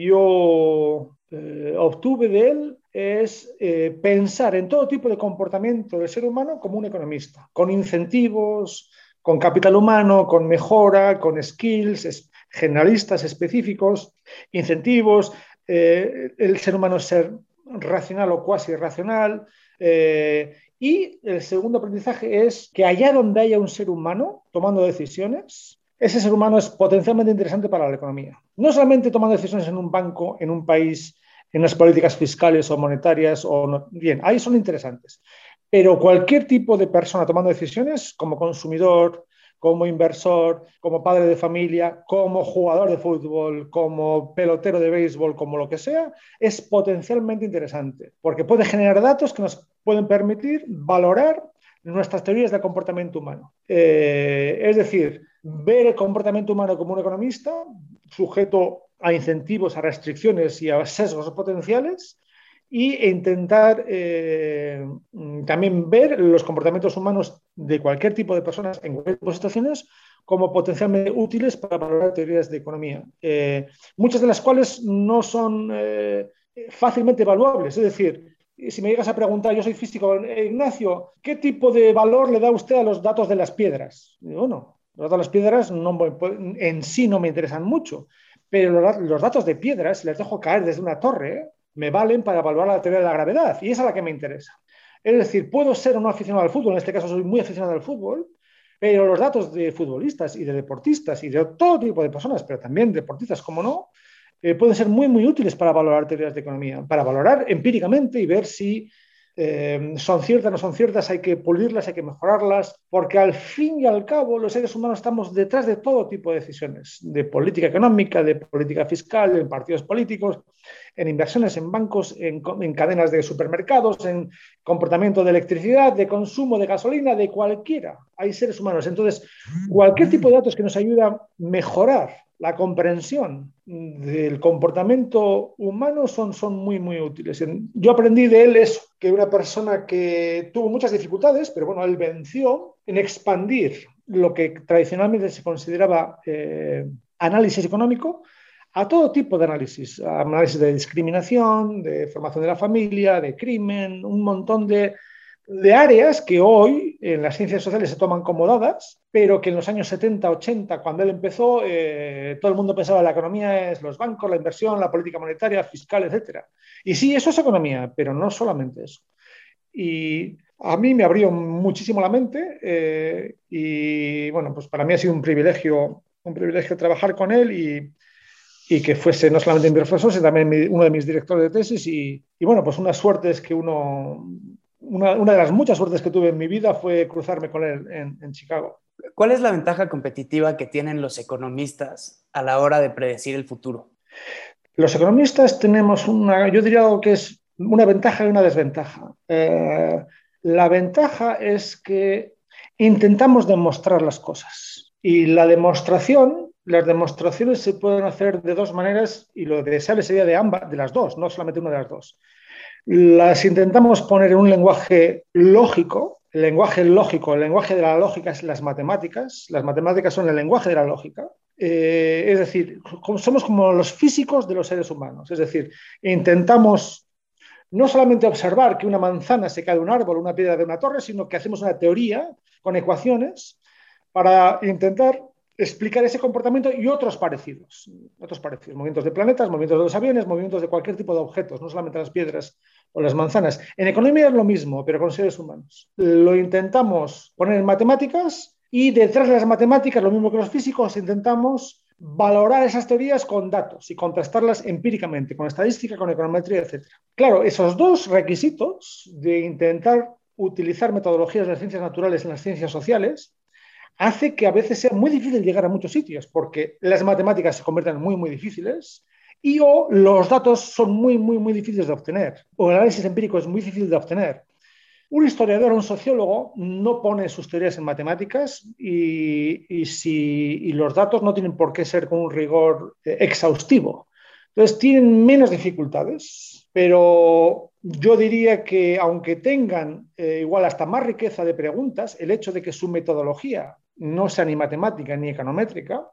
yo eh, obtuve de él es eh, pensar en todo tipo de comportamiento del ser humano como un economista, con incentivos, con capital humano, con mejora, con skills es, generalistas específicos, incentivos, eh, el ser humano es ser racional o cuasi racional. Eh, y el segundo aprendizaje es que allá donde haya un ser humano tomando decisiones, ese ser humano es potencialmente interesante para la economía. No solamente tomando decisiones en un banco, en un país, en unas políticas fiscales o monetarias, o no, bien, ahí son interesantes. Pero cualquier tipo de persona tomando decisiones, como consumidor, como inversor, como padre de familia, como jugador de fútbol, como pelotero de béisbol, como lo que sea, es potencialmente interesante, porque puede generar datos que nos pueden permitir valorar nuestras teorías del comportamiento humano. Eh, es decir, ver el comportamiento humano como un economista, sujeto a incentivos, a restricciones y a sesgos potenciales, e intentar eh, también ver los comportamientos humanos de cualquier tipo de personas en cualquier tipo de situaciones como potencialmente útiles para valorar teorías de economía, eh, muchas de las cuales no son eh, fácilmente evaluables. Es decir, si me llegas a preguntar, yo soy físico, Ignacio, ¿qué tipo de valor le da usted a los datos de las piedras? Y digo, no, los datos de las piedras no, en sí no me interesan mucho, pero los, los datos de piedras, si les dejo caer desde una torre, ¿eh? me valen para evaluar la teoría de la gravedad, y esa es la que me interesa. Es decir, puedo ser o no aficionado al fútbol, en este caso soy muy aficionado al fútbol, pero los datos de futbolistas y de deportistas y de todo tipo de personas, pero también deportistas, como no, eh, pueden ser muy, muy útiles para valorar teorías de economía, para valorar empíricamente y ver si eh, son ciertas o no son ciertas, hay que pulirlas, hay que mejorarlas, porque al fin y al cabo los seres humanos estamos detrás de todo tipo de decisiones, de política económica, de política fiscal, en partidos políticos, en inversiones en bancos, en, en cadenas de supermercados, en comportamiento de electricidad, de consumo de gasolina, de cualquiera. Hay seres humanos. Entonces, cualquier tipo de datos que nos ayuda a mejorar la comprensión del comportamiento humano son, son muy, muy útiles. Yo aprendí de él eso, que una persona que tuvo muchas dificultades, pero bueno, él venció en expandir lo que tradicionalmente se consideraba eh, análisis económico a todo tipo de análisis, análisis de discriminación, de formación de la familia, de crimen, un montón de, de áreas que hoy en las ciencias sociales se toman como dadas, pero que en los años setenta, ochenta, cuando él empezó, eh, todo el mundo pensaba que la economía es los bancos, la inversión, la política monetaria, fiscal, etcétera. Y sí, eso es economía, pero no solamente eso. Y a mí me abrió muchísimo la mente eh, y bueno, pues para mí ha sido un privilegio, un privilegio trabajar con él y y que fuese no solamente mi profesor, sino también mi, uno de mis directores de tesis. Y, y bueno, pues una suerte es que uno, una, una, de las muchas suertes que tuve en mi vida fue cruzarme con él en, en Chicago. ¿Cuál es la ventaja competitiva que tienen los economistas a la hora de predecir el futuro? Los economistas tenemos una, yo diría algo que es una ventaja y una desventaja. Eh, la ventaja es que intentamos demostrar las cosas y la demostración, las demostraciones se pueden hacer de dos maneras y lo deseable sería de ambas, de las dos, no solamente una de las dos. Las intentamos poner en un lenguaje lógico. El lenguaje lógico, el lenguaje de la lógica es las matemáticas. Las matemáticas son el lenguaje de la lógica. Eh, es decir, somos como los físicos de los seres humanos. Es decir, intentamos no solamente observar que una manzana se cae de un árbol, una piedra de una torre, sino que hacemos una teoría con ecuaciones para intentar explicar ese comportamiento y otros parecidos, otros parecidos, movimientos de planetas, movimientos de los aviones, movimientos de cualquier tipo de objetos, no solamente las piedras o las manzanas. En economía es lo mismo, pero con seres humanos. Lo intentamos poner en matemáticas y detrás de las matemáticas, lo mismo que los físicos, intentamos valorar esas teorías con datos y contrastarlas empíricamente, con estadística, con econometría, etcétera. Claro, esos dos requisitos de intentar utilizar metodologías de las ciencias naturales en las ciencias sociales hace que a veces sea muy difícil llegar a muchos sitios, porque las matemáticas se convierten en muy, muy difíciles y o los datos son muy, muy, muy difíciles de obtener, o el análisis empírico es muy difícil de obtener. un historiador o un sociólogo no pone sus teorías en matemáticas y, y, si, y los datos no tienen por qué ser con un rigor eh, exhaustivo. Entonces tienen menos dificultades, pero yo diría que aunque tengan eh, igual hasta más riqueza de preguntas, el hecho de que su metodología no sea ni matemática ni econométrica,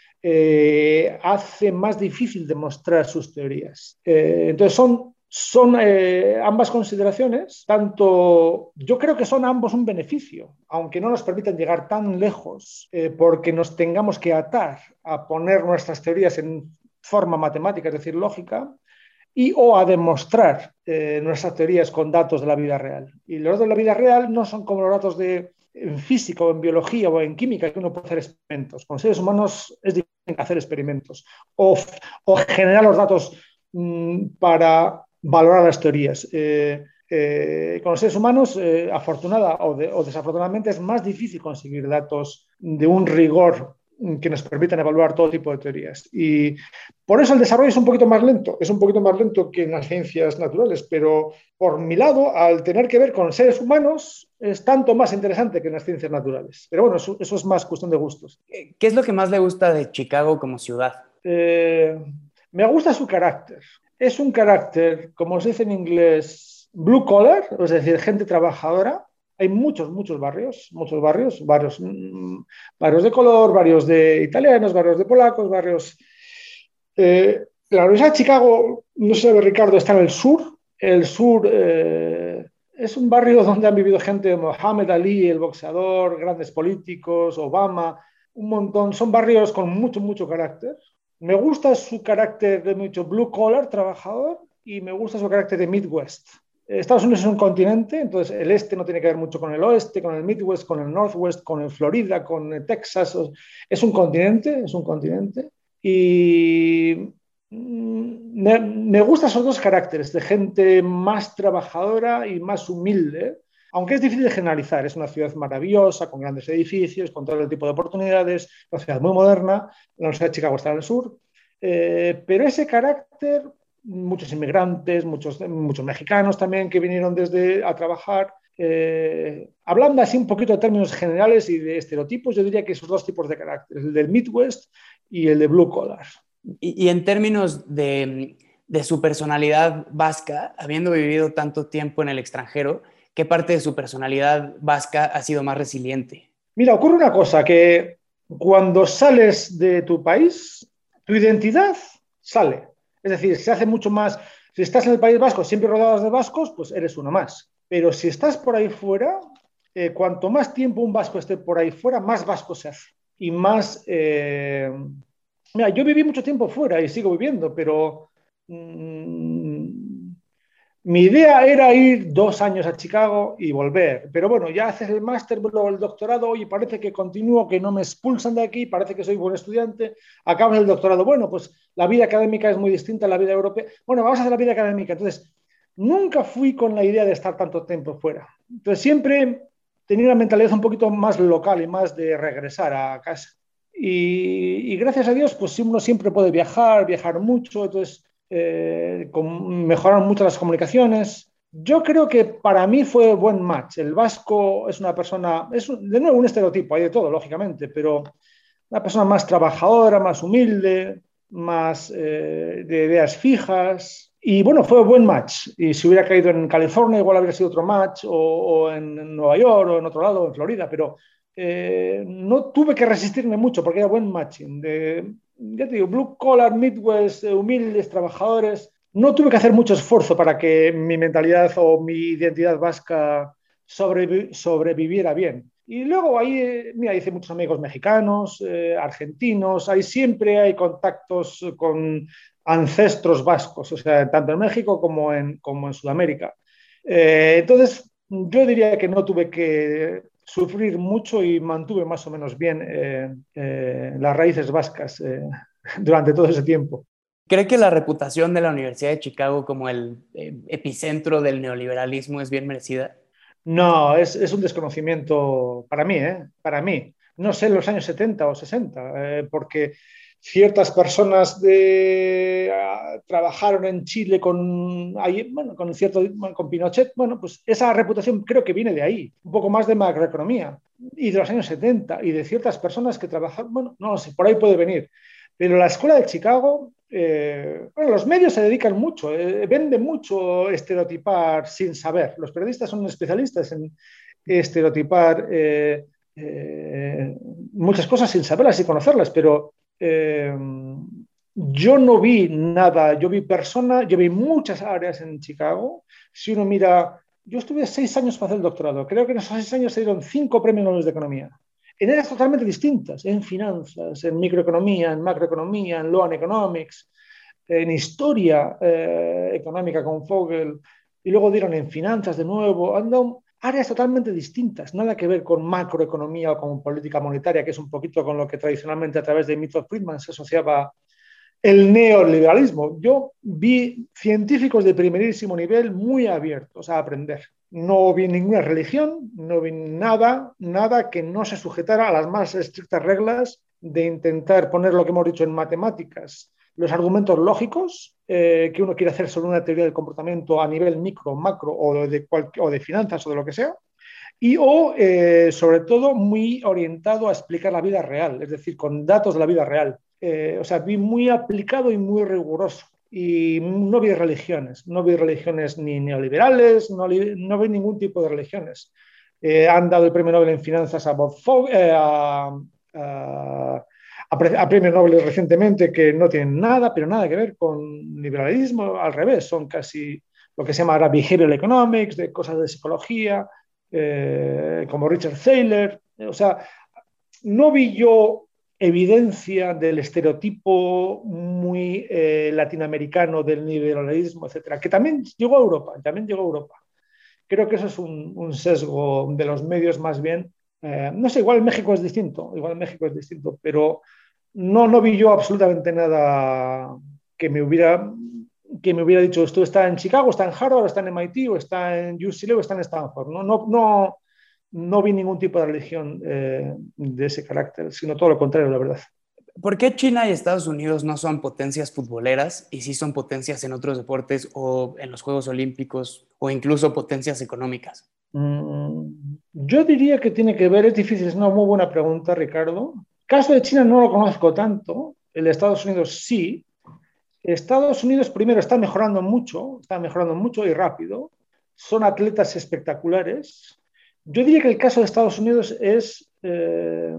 eh, hace más difícil demostrar sus teorías. Eh, entonces son, son eh, ambas consideraciones, tanto yo creo que son ambos un beneficio, aunque no nos permitan llegar tan lejos, eh, porque nos tengamos que atar a poner nuestras teorías en forma matemática, es decir, lógica, y o a demostrar eh, nuestras teorías con datos de la vida real. Y los datos de la vida real no son como los datos de en física o en biología o en química que uno puede hacer experimentos. Con seres humanos es difícil hacer experimentos o, o generar los datos mmm, para valorar las teorías. Eh, eh, con los seres humanos, eh, afortunada o, de, o desafortunadamente, es más difícil conseguir datos de un rigor que nos permitan evaluar todo tipo de teorías. Y por eso el desarrollo es un poquito más lento, es un poquito más lento que en las ciencias naturales, pero por mi lado, al tener que ver con seres humanos, es tanto más interesante que en las ciencias naturales. Pero bueno, eso, eso es más cuestión de gustos. ¿Qué es lo que más le gusta de Chicago como ciudad? Eh, me gusta su carácter. Es un carácter, como se dice en inglés, blue collar, es decir, gente trabajadora. Hay muchos, muchos barrios, muchos barrios, barrios, mmm, barrios de color, barrios de italianos, barrios de polacos, barrios... Eh, la Universidad de Chicago, no sé, Ricardo, está en el sur. El sur eh, es un barrio donde han vivido gente, Mohamed Ali, el boxeador, grandes políticos, Obama, un montón. Son barrios con mucho, mucho carácter. Me gusta su carácter de mucho blue collar, trabajador, y me gusta su carácter de Midwest. Estados Unidos es un continente, entonces el este no tiene que ver mucho con el oeste, con el Midwest, con el Northwest, con el Florida, con el Texas. Es un continente, es un continente. Y me, me gustan esos dos caracteres, de gente más trabajadora y más humilde, aunque es difícil de generalizar. Es una ciudad maravillosa, con grandes edificios, con todo el tipo de oportunidades, una ciudad muy moderna. La Universidad de Chicago está en el sur, eh, pero ese carácter, muchos inmigrantes, muchos, muchos mexicanos también que vinieron desde a trabajar. Eh, hablando así un poquito de términos generales y de estereotipos, yo diría que esos dos tipos de carácter, el del Midwest y el de blue collar. Y, y en términos de, de su personalidad vasca, habiendo vivido tanto tiempo en el extranjero, ¿qué parte de su personalidad vasca ha sido más resiliente? Mira, ocurre una cosa, que cuando sales de tu país, tu identidad sale. Es decir, se hace mucho más... Si estás en el País Vasco, siempre rodeado de vascos, pues eres uno más. Pero si estás por ahí fuera, eh, cuanto más tiempo un vasco esté por ahí fuera, más vasco se hace. Y más... Eh... Mira, yo viví mucho tiempo fuera y sigo viviendo, pero... Mmm, mi idea era ir dos años a Chicago y volver, pero bueno, ya haces el máster, luego el doctorado, y parece que continúo, que no me expulsan de aquí, parece que soy buen estudiante, acabas el doctorado, bueno, pues la vida académica es muy distinta a la vida europea, bueno, vamos a hacer la vida académica. Entonces, nunca fui con la idea de estar tanto tiempo fuera. Entonces, siempre tenía una mentalidad un poquito más local y más de regresar a casa. Y, y gracias a Dios, pues uno siempre puede viajar, viajar mucho, entonces... Eh, con, mejoraron mucho las comunicaciones. Yo creo que para mí fue buen match. El vasco es una persona, es de nuevo un estereotipo, hay de todo, lógicamente, pero una persona más trabajadora, más humilde, más eh, de ideas fijas. Y bueno, fue buen match. Y si hubiera caído en California, igual habría sido otro match, o, o en Nueva York, o en otro lado, o en Florida, pero eh, no tuve que resistirme mucho porque era buen matching. De, ya te digo, blue collar, Midwest, humildes, trabajadores. No tuve que hacer mucho esfuerzo para que mi mentalidad o mi identidad vasca sobrevi sobreviviera bien. Y luego ahí, mira, hice muchos amigos mexicanos, eh, argentinos, ahí siempre hay contactos con ancestros vascos, o sea, tanto en México como en, como en Sudamérica. Eh, entonces, yo diría que no tuve que sufrir mucho y mantuve más o menos bien eh, eh, las raíces vascas eh, durante todo ese tiempo. ¿Cree que la reputación de la Universidad de Chicago como el eh, epicentro del neoliberalismo es bien merecida? No, es, es un desconocimiento para mí, ¿eh? Para mí. No sé en los años setenta o sesenta, eh, porque ciertas personas de, uh, trabajaron en Chile con, bueno, con, cierto, con Pinochet. Bueno, pues esa reputación creo que viene de ahí, un poco más de macroeconomía y de los años setenta y de ciertas personas que trabajan, bueno, no sé, por ahí puede venir. Pero la escuela de Chicago, eh, bueno, los medios se dedican mucho, eh, venden mucho estereotipar sin saber. Los periodistas son especialistas en estereotipar eh, eh, muchas cosas sin saberlas y conocerlas, pero eh, yo no vi nada, yo vi personas, yo vi muchas áreas en Chicago. Si uno mira, yo estuve seis años para hacer el doctorado, creo que en esos seis años se dieron cinco premios Nobel de Economía, en áreas totalmente distintas, en finanzas, en microeconomía, en macroeconomía, en law and economics, en historia eh, económica con Fogel, y luego dieron en finanzas de nuevo, han dado áreas totalmente distintas, nada que ver con macroeconomía o con política monetaria, que es un poquito con lo que tradicionalmente a través de Milton Friedman se asociaba el neoliberalismo. Yo vi científicos de primerísimo nivel muy abiertos a aprender. No vi ninguna religión, no vi nada, nada que no se sujetara a las más estrictas reglas de intentar poner lo que hemos dicho en matemáticas, los argumentos lógicos eh, que uno quiere hacer sobre una teoría del comportamiento a nivel micro, macro o de, o de finanzas o de lo que sea, y o eh, sobre todo muy orientado a explicar la vida real, es decir, con datos de la vida real. Eh, o sea, vi muy aplicado y muy riguroso. Y no vi religiones, no vi religiones ni neoliberales, no, no vi ningún tipo de religiones. Eh, han dado el premio Nobel en finanzas a Bob Fogg, eh, a, a, a premios Nobel recientemente que no tienen nada, pero nada que ver con liberalismo, al revés, son casi lo que se llama ahora behavioral economics, de cosas de psicología, eh, como Richard Thaler. O sea, no vi yo evidencia del estereotipo muy eh, latinoamericano del liberalismo, etcétera, que también llegó a Europa, también llegó a Europa. Creo que eso es un, un sesgo de los medios más bien. Eh, no sé, igual en México es distinto, igual en México es distinto, pero no, no vi yo absolutamente nada que me hubiera que me hubiera dicho esto está en Chicago, está en Harvard, está en M I T, o está en U C L A, o está en Stanford. No, no, no, no vi ningún tipo de religión eh, de ese carácter, sino todo lo contrario, la verdad. ¿Por qué China y Estados Unidos no son potencias futboleras y sí son potencias en otros deportes o en los Juegos Olímpicos o incluso potencias económicas? Mm, yo diría que tiene que ver, es difícil, es una muy buena pregunta, Ricardo. El caso de China no lo conozco tanto, el de Estados Unidos sí. Estados Unidos primero está mejorando mucho, está mejorando mucho y rápido. Son atletas espectaculares. Yo diría que el caso de Estados Unidos es eh,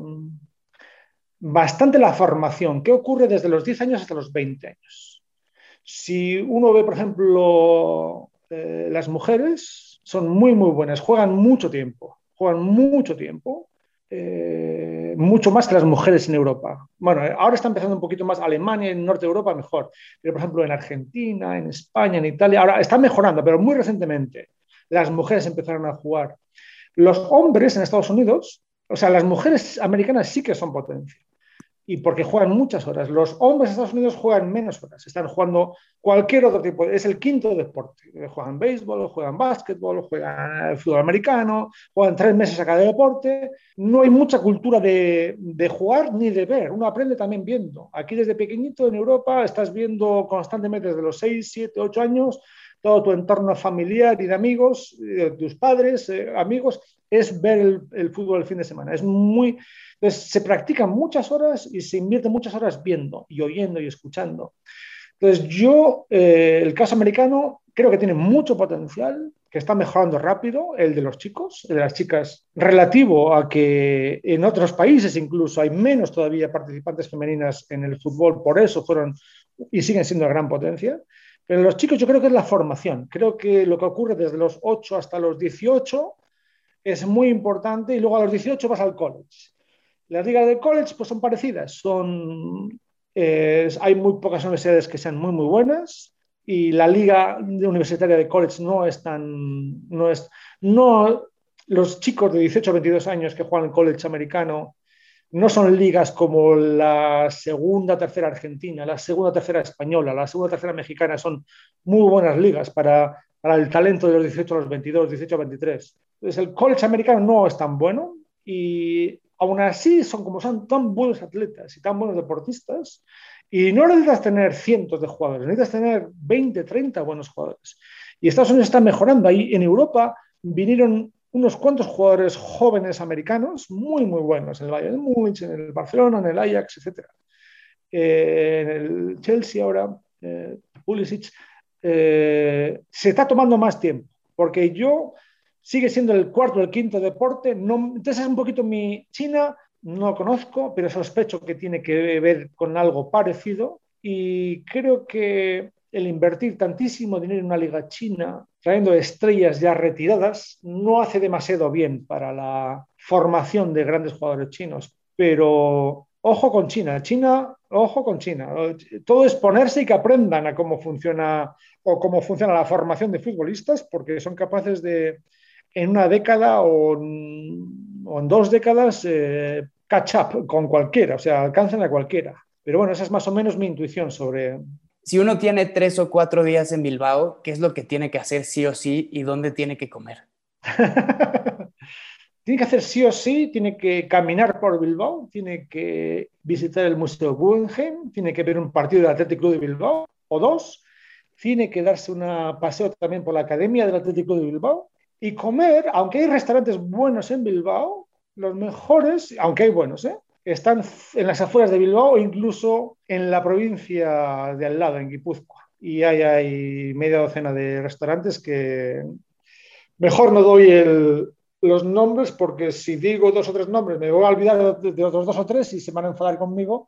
bastante la formación. ¿Qué ocurre desde los diez años hasta los veinte años? Si uno ve, por ejemplo, eh, las mujeres son muy, muy buenas, juegan mucho tiempo, juegan mucho tiempo. Eh, mucho más que las mujeres en Europa. Bueno, ahora está empezando un poquito más Alemania, en Norte de Europa mejor, pero por ejemplo en Argentina, en España, en Italia, ahora está mejorando, pero muy recientemente las mujeres empezaron a jugar. Los hombres en Estados Unidos, o sea, las mujeres americanas sí que son potencia, y porque juegan muchas horas. Los hombres de Estados Unidos juegan menos horas, están jugando cualquier otro tipo, es el quinto deporte. Juegan béisbol, juegan básquetbol, juegan fútbol americano, juegan tres meses a cada deporte. No hay mucha cultura de, de jugar ni de ver, uno aprende también viendo. Aquí desde pequeñito en Europa estás viendo constantemente desde los seis, siete, ocho años, todo tu entorno familiar y de amigos, de tus padres, eh, amigos, es ver el, el fútbol el fin de semana. Es muy... Entonces, se practican muchas horas y se invierte muchas horas viendo y oyendo y escuchando. Entonces, yo, eh, el caso americano, creo que tiene mucho potencial, que está mejorando rápido, el de los chicos, el de las chicas, relativo a que en otros países incluso hay menos todavía participantes femeninas en el fútbol, por eso fueron y siguen siendo de gran potencia. Pero los chicos yo creo que es la formación. Creo que lo que ocurre desde los ocho hasta los dieciocho es muy importante y luego a los dieciocho vas al college. Las ligas de college pues, son parecidas. Son, eh, hay muy pocas universidades que sean muy, muy buenas y la liga universitaria de college no es tan... No es, no, los chicos de dieciocho a veintidós años que juegan en college americano no son ligas como la segunda, tercera argentina, la segunda, tercera española, la segunda, tercera mexicana. Son muy buenas ligas para, para el talento de los dieciocho a los veintidós, dieciocho a veintitrés. Entonces el college americano no es tan bueno y Aún así, son como son tan buenos atletas y tan buenos deportistas, y no necesitas tener cientos de jugadores, necesitas tener veinte, treinta buenos jugadores. Y Estados Unidos está mejorando. Ahí en Europa vinieron unos cuantos jugadores jóvenes americanos muy, muy buenos, en el Bayern Múnich, en el Barcelona, en el Ajax, etcétera. Eh, en el Chelsea ahora, eh, Pulisic, eh, se está tomando más tiempo, porque yo sigue siendo el cuarto o el quinto deporte. No, entonces es un poquito mi China, no conozco, pero sospecho que tiene que ver con algo parecido y creo que el invertir tantísimo dinero en una liga china, trayendo estrellas ya retiradas, no hace demasiado bien para la formación de grandes jugadores chinos. Pero ojo con China, China, ojo con China. Todo es ponerse y que aprendan a cómo funciona o cómo funciona la formación de futbolistas, porque son capaces de, en una década o en, o en dos décadas, eh, catch up con cualquiera, o sea, alcanzan a cualquiera. Pero bueno, esa es más o menos mi intuición sobre... Si uno tiene tres o cuatro días en Bilbao, ¿qué es lo que tiene que hacer sí o sí y dónde tiene que comer? Tiene que hacer sí o sí, tiene que caminar por Bilbao, tiene que visitar el Museo Guggenheim, tiene que ver un partido del Athletic Club de Bilbao o dos, tiene que darse un paseo también por la Academia del Athletic Club de Bilbao y comer, aunque hay restaurantes buenos en Bilbao, los mejores, aunque hay buenos, ¿eh? Están en las afueras de Bilbao o incluso en la provincia de al lado, en Guipúzcoa. Y hay, hay media docena de restaurantes que mejor no doy el, los nombres porque si digo dos o tres nombres me voy a olvidar de, de otros dos o tres y se van a enfadar conmigo.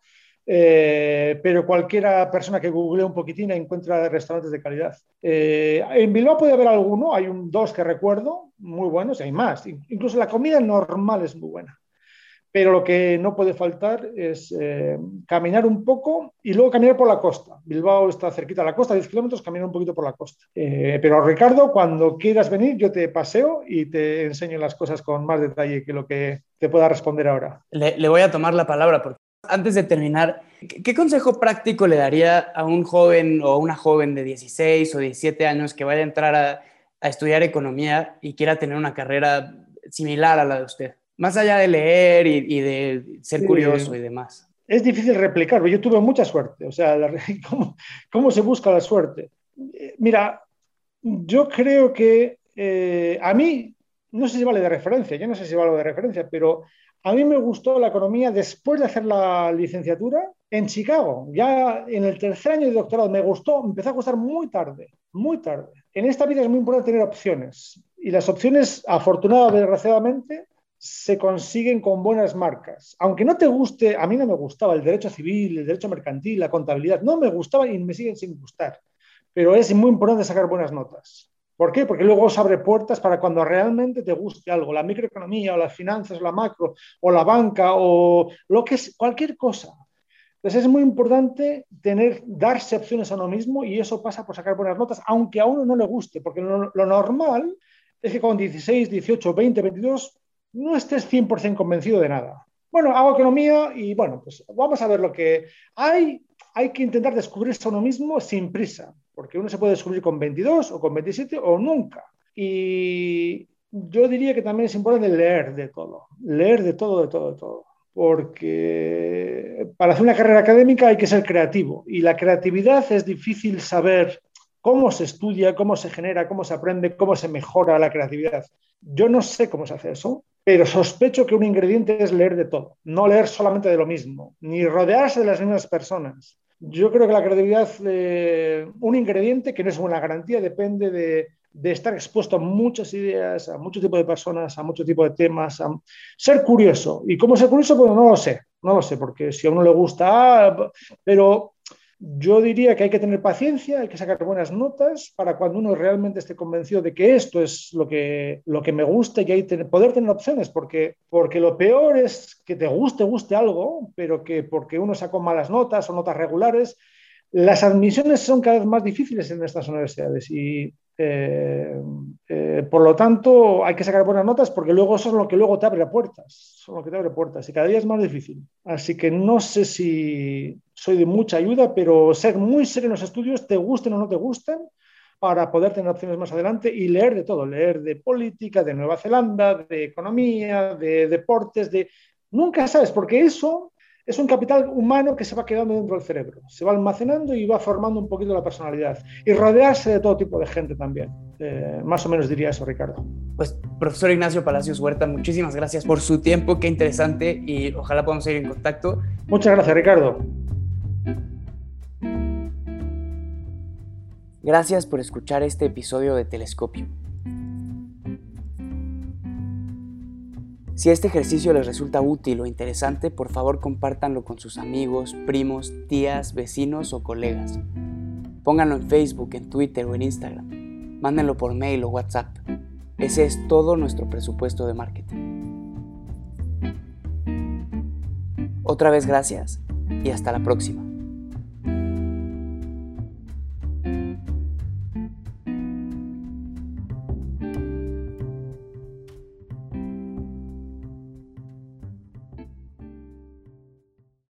Eh, pero cualquiera persona que google un poquitín encuentra restaurantes de calidad. Eh, en Bilbao puede haber alguno, hay un, dos que recuerdo, muy buenos, y hay más. Incluso la comida normal es muy buena. Pero lo que no puede faltar es eh, caminar un poco y luego caminar por la costa. Bilbao está cerquita de la costa, diez kilómetros, caminar un poquito por la costa. Eh, pero Ricardo, cuando quieras venir, yo te paseo y te enseño las cosas con más detalle que lo que te pueda responder ahora. Le, le voy a tomar la palabra porque antes de terminar, ¿qué, ¿qué consejo práctico le daría a un joven o una joven de dieciséis o diecisiete años que vaya a entrar a, a estudiar economía y quiera tener una carrera similar a la de usted? Más allá de leer y, y de ser curioso Sí. y demás. Es difícil replicarlo. Yo tuve mucha suerte. O sea, la, ¿cómo, ¿cómo se busca la suerte? Eh, mira, yo creo que eh, a mí, no sé si vale de referencia, yo no sé si vale de referencia, pero a mí me gustó la economía después de hacer la licenciatura en Chicago. Ya en el tercer año de doctorado me gustó, me empezó a gustar muy tarde, muy tarde. En esta vida es muy importante tener opciones y las opciones, afortunadamente, desgraciadamente, se consiguen con buenas marcas. Aunque no te guste, a mí no me gustaba el derecho civil, el derecho mercantil, la contabilidad, no me gustaba y me siguen sin gustar. Pero es muy importante sacar buenas notas. ¿Por qué? Porque luego os abre puertas para cuando realmente te guste algo, la microeconomía o las finanzas o la macro o la banca o lo que es, cualquier cosa. Entonces es muy importante tener, darse opciones a uno mismo y eso pasa por sacar buenas notas, aunque a uno no le guste, porque lo, lo normal es que con dieciséis, dieciocho, veinte, veintidós no estés cien por ciento convencido de nada. Bueno, hago economía y bueno, pues vamos a ver lo que hay. Hay que intentar descubrirse a uno mismo sin prisa, porque uno se puede descubrir con veintidós o con veintisiete o nunca. Y yo diría que también es importante leer de todo, leer de todo, de todo, de todo. Porque para hacer una carrera académica hay que ser creativo y la creatividad es difícil saber cómo se estudia, cómo se genera, cómo se aprende, cómo se mejora la creatividad. Yo no sé cómo se hace eso, pero sospecho que un ingrediente es leer de todo, no leer solamente de lo mismo, ni rodearse de las mismas personas. Yo creo que la creatividad, eh, un ingrediente que no es una garantía, depende de, de estar expuesto a muchas ideas, a mucho tipo de personas, a mucho tipo de temas, a ser curioso. ¿Y cómo ser curioso? Bueno, no lo sé, no lo sé, porque si a uno le gusta, ah, pero yo diría que hay que tener paciencia, hay que sacar buenas notas para cuando uno realmente esté convencido de que esto es lo que, lo que me gusta y hay que poder tener opciones, porque, porque lo peor es que te guste, guste algo, pero que porque uno sacó malas notas o notas regulares, las admisiones son cada vez más difíciles en estas universidades y eh, eh, por lo tanto hay que sacar buenas notas porque luego eso es lo que luego te abre puertas, son lo que te abre puertas y cada día es más difícil. Así que no sé si soy de mucha ayuda, pero ser muy serio en los estudios, te gusten o no te gusten, para poder tener opciones más adelante y leer de todo, leer de política, de Nueva Zelanda, de economía, de deportes, de Nunca sabes, porque eso es un capital humano que se va quedando dentro del cerebro, se va almacenando y va formando un poquito la personalidad. Y rodearse de todo tipo de gente también. Eh, más o menos diría eso, Ricardo. Pues, profesor Ignacio Palacios Huerta, muchísimas gracias por su tiempo, qué interesante, y ojalá podamos seguir en contacto. Muchas gracias, Ricardo. Gracias por escuchar este episodio de Telescopio. Si este ejercicio les resulta útil o interesante, por favor compártanlo con sus amigos, primos, tías, vecinos o colegas. Pónganlo en Facebook, en Twitter o en Instagram. Mándenlo por mail o WhatsApp. Ese es todo nuestro presupuesto de marketing. Otra vez gracias y hasta la próxima.